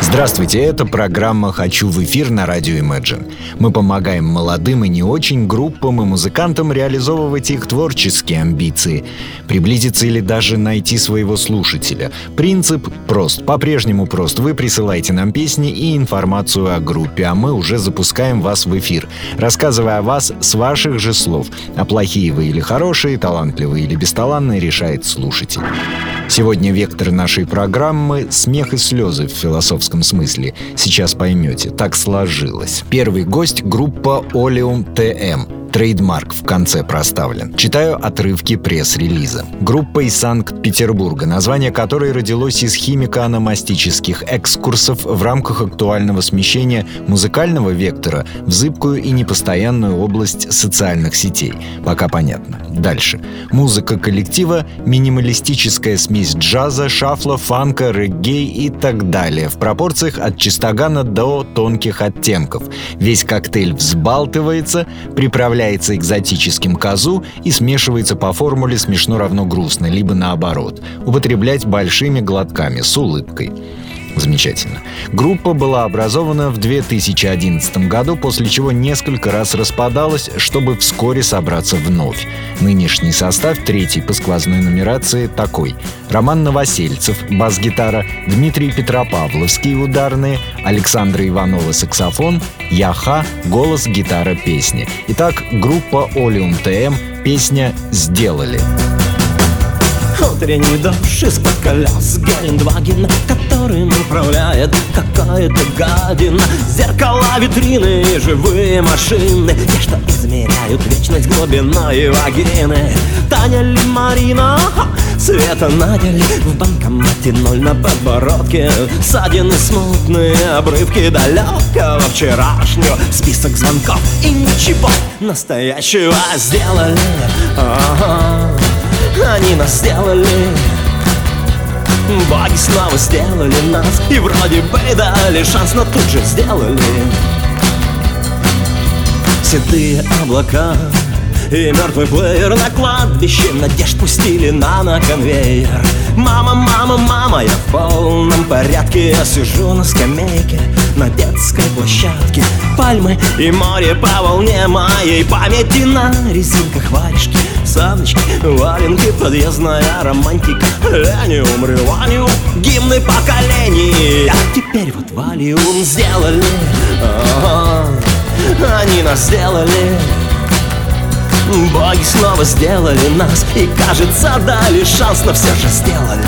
Здравствуйте, это программа «Хочу в эфир» на радио Imagine. Мы помогаем молодым и не очень группам и музыкантам реализовывать их творческие амбиции, приблизиться или даже найти своего слушателя. Принцип прост, по-прежнему прост. Вы присылаете нам песни и информацию о группе, а мы уже запускаем вас в эфир, рассказывая о вас с ваших же слов. А плохие вы или хорошие, талантливые или бесталанные решает слушатель. Сегодня вектор нашей программы — смех и слезы в философском смысле. Сейчас поймете, так сложилось. Первый гость — группа Oleum TM. Трейдмарк в конце проставлен. Читаю отрывки пресс-релиза. Группа из Санкт-Петербурга, название которой родилось из химико-ономастических экскурсов в рамках актуального смещения музыкального вектора в зыбкую и непостоянную область социальных сетей. Пока понятно. Дальше. Музыка коллектива — минималистическая смесь джаза, шафла, фанка, реггей и так далее, в пропорциях от чистогана до тонких оттенков. Весь коктейль взбалтывается, приправляется экзотическим казу и смешивается по формуле «смешно равно грустно», либо наоборот. Употреблять большими глотками, с улыбкой. Замечательно. Группа была образована в 2011 году, после чего несколько раз распадалась, чтобы вскоре собраться вновь. Нынешний состав третьей по сквозной нумерации такой: Роман Новосельцев, бас-гитара, Дмитрий Петропавловский, ударные, Александра Иванова, саксофон, Яха, голос, гитара, песни. Итак, группа Oleum TM, песня «Сделали». Утренний дождь из-под колес Гелендваген, которым управляет какая-то гадина. Зеркала, витрины и живые машины, те, что измеряют вечность глубиной вагины. Таня ли, Марина, Света, Надя ли, в банкомате ноль на подбородке, ссадины смутные, обрывки далекого вчерашнего, список звонков и ничего настоящего сделали. Они нас сделали, боги снова сделали нас, и вроде бы дали шанс, но тут же сделали. Седые облака и мертвый плеер на кладбище надежд пустили на конвейер. Мама, мама, мама, я в полном порядке. Я сижу на скамейке на детской площадке. Пальмы и море по волне моей памяти. На резинках варежки, саночки, валенки, подъездная романтика. Лениум, реваниум, гимны поколений. А теперь вот валиум сделали. Они нас сделали. Боги снова сделали нас, и, кажется, дали шанс, но все же сделали.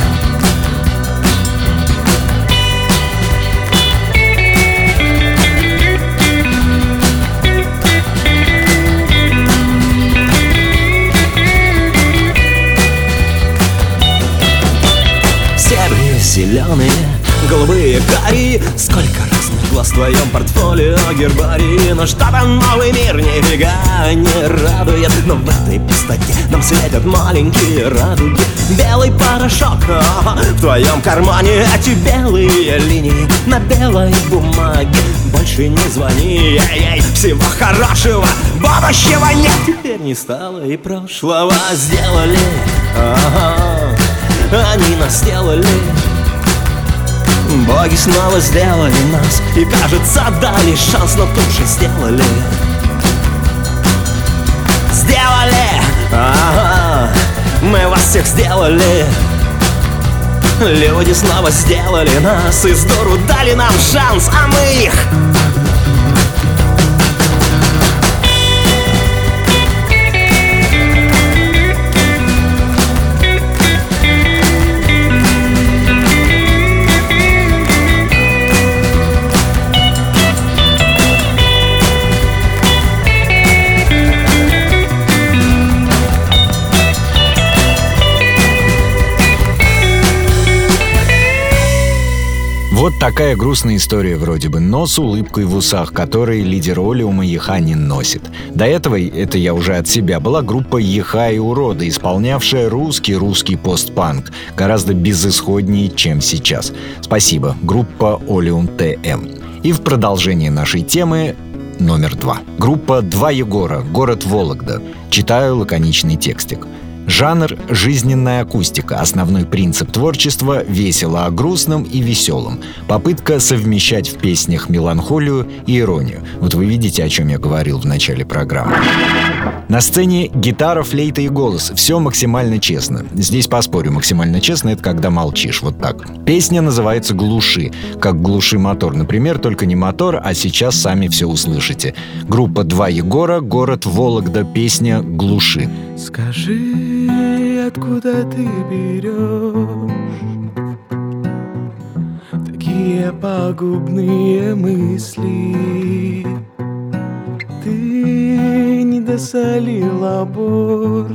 Серые, зеленые, голубые, карие, сколько разных глаз в твоем портфолио, гербарий. Но что-то новый мир нифига не радует, но в этой пустоте нам светят маленькие радуги. Белый порошок в твоем кармане, эти белые линии на белой бумаге. Больше не звони, эй-эй, всего хорошего, будущего нет. Теперь не стало и прошлого, сделали. Они нас сделали. Боги снова сделали нас, и, кажется, дали шанс, но тут же сделали. Сделали! Мы вас всех сделали. Люди снова сделали нас, и здорово дали нам шанс, а мы их. Вот такая грустная история вроде бы, но с улыбкой в усах, которой лидер Олеума Яха не носит. До этого, это я уже от себя, была группа Яха и Уроды, исполнявшая русский постпанк, гораздо безысходнее, чем сейчас. Спасибо, группа Oleum TM. И в продолжение нашей темы номер 2. Группа «Два Егора», город Вологда. Читаю лаконичный текстик. Жанр — жизненная акустика. Основной принцип творчества — весело о грустном и веселом. Попытка совмещать в песнях меланхолию и иронию. Вот вы видите, о чем я говорил в начале программы. На сцене гитара, флейта и голос. Все максимально честно. Здесь поспорю, максимально честно — это когда молчишь, вот так. Песня называется «Глуши». Как «Глуши мотор», например, только не мотор, а сейчас сами все услышите. Группа «Два Егора», город Вологда, песня «Глуши». Скажи, откуда ты берешь такие пагубные мысли? Ты не досолила борщ,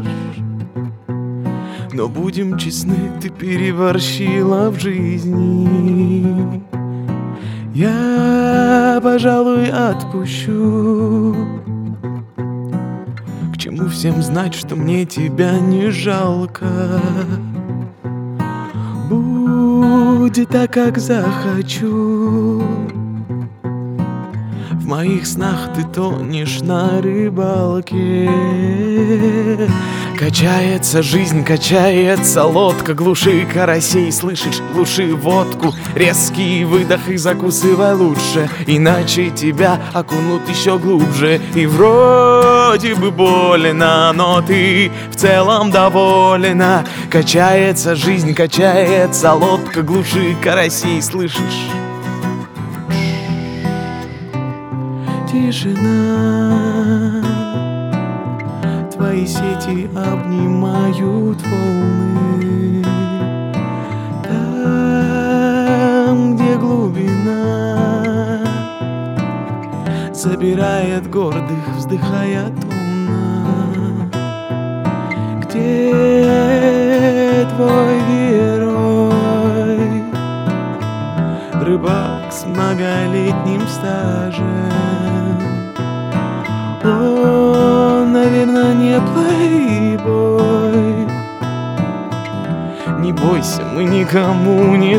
но будем честны, ты переборщила в жизни. Я, пожалуй, отпущу. К чему всем знать, что мне тебя не жалко? Будет так, как захочу. В моих снах ты тонешь на рыбалке. Качается жизнь, качается лодка. Глуши карасей, слышишь, глуши водку. Резкий выдох и закусывай лучше, иначе тебя окунут еще глубже. И вроде бы больно, но ты в целом довольна. Качается жизнь, качается лодка. Глуши карасей, слышишь? Тишина, твои сети обнимают волны. Там, где глубина собирает гордых, вздыхая томно. Где твой герой, рыбак с многолетним стажем? Он, наверное, не плейбой. Не бойся, мы никому не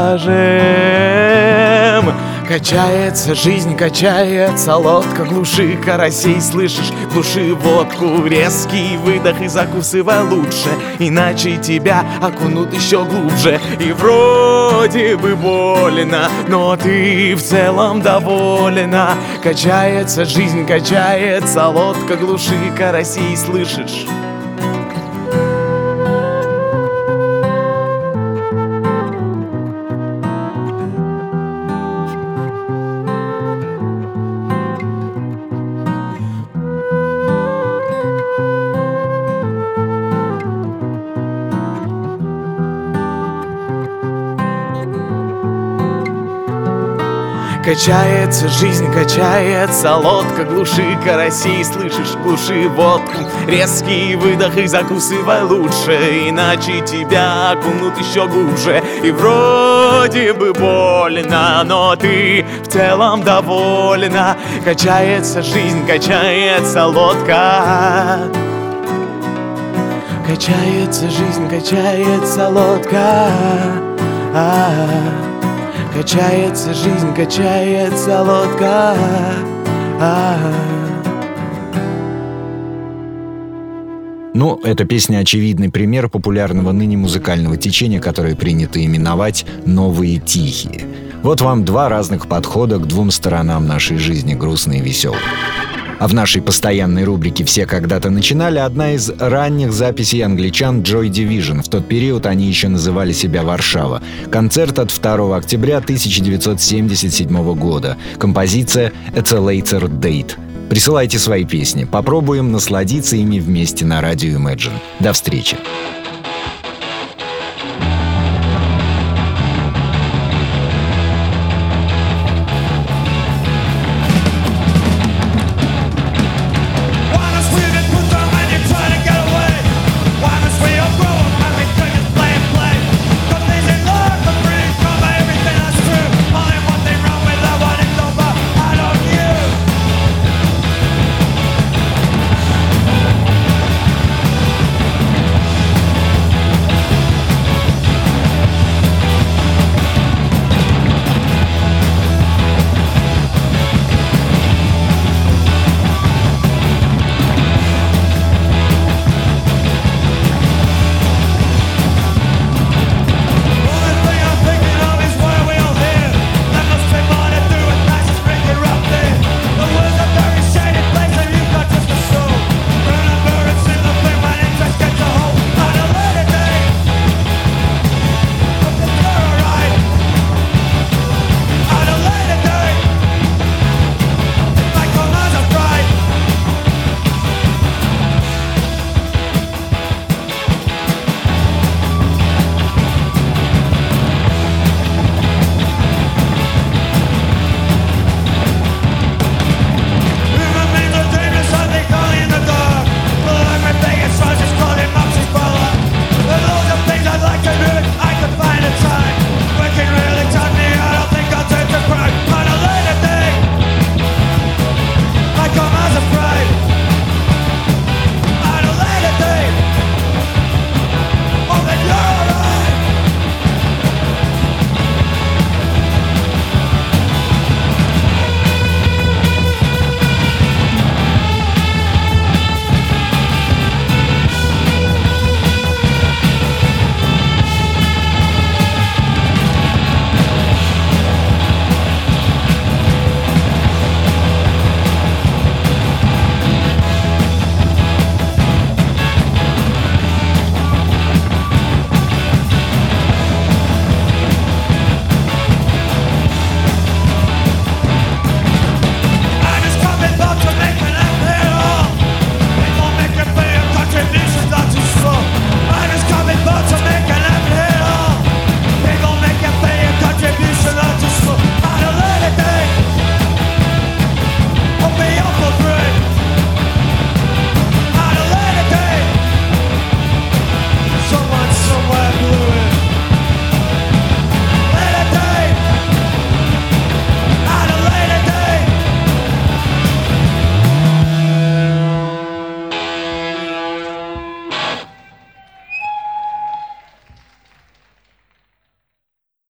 скажем. Качается жизнь, качается лодка. Глуши карасей, слышишь, глуши водку. Резкий выдох и закусывай лучше, иначе тебя окунут еще глубже. И вроде бы больно, но ты в целом довольна. Качается жизнь, качается лодка. Глуши карасей, слышишь? Качается жизнь, качается лодка. Глуши карасей, слышишь, глуши водку. Резкий выдох и закусывай лучше, иначе тебя окунут еще глубже. И вроде бы больно, но ты в целом довольна. Качается жизнь, качается лодка. Качается жизнь, качается лодка. Качается жизнь, качается лодка. Ну, эта песня — очевидный пример популярного ныне музыкального течения, которое принято именовать «новые тихие». Вот вам два разных подхода к двум сторонам нашей жизни, грустной и веселой. А в нашей постоянной рубрике «Все когда-то начинали» одна из ранних записей англичан Joy Division. В тот период они еще называли себя «Варшава». Концерт от 2 октября 1977 года. Композиция «It's a Later Date». Присылайте свои песни. Попробуем насладиться ими вместе на радио Imagine. До встречи.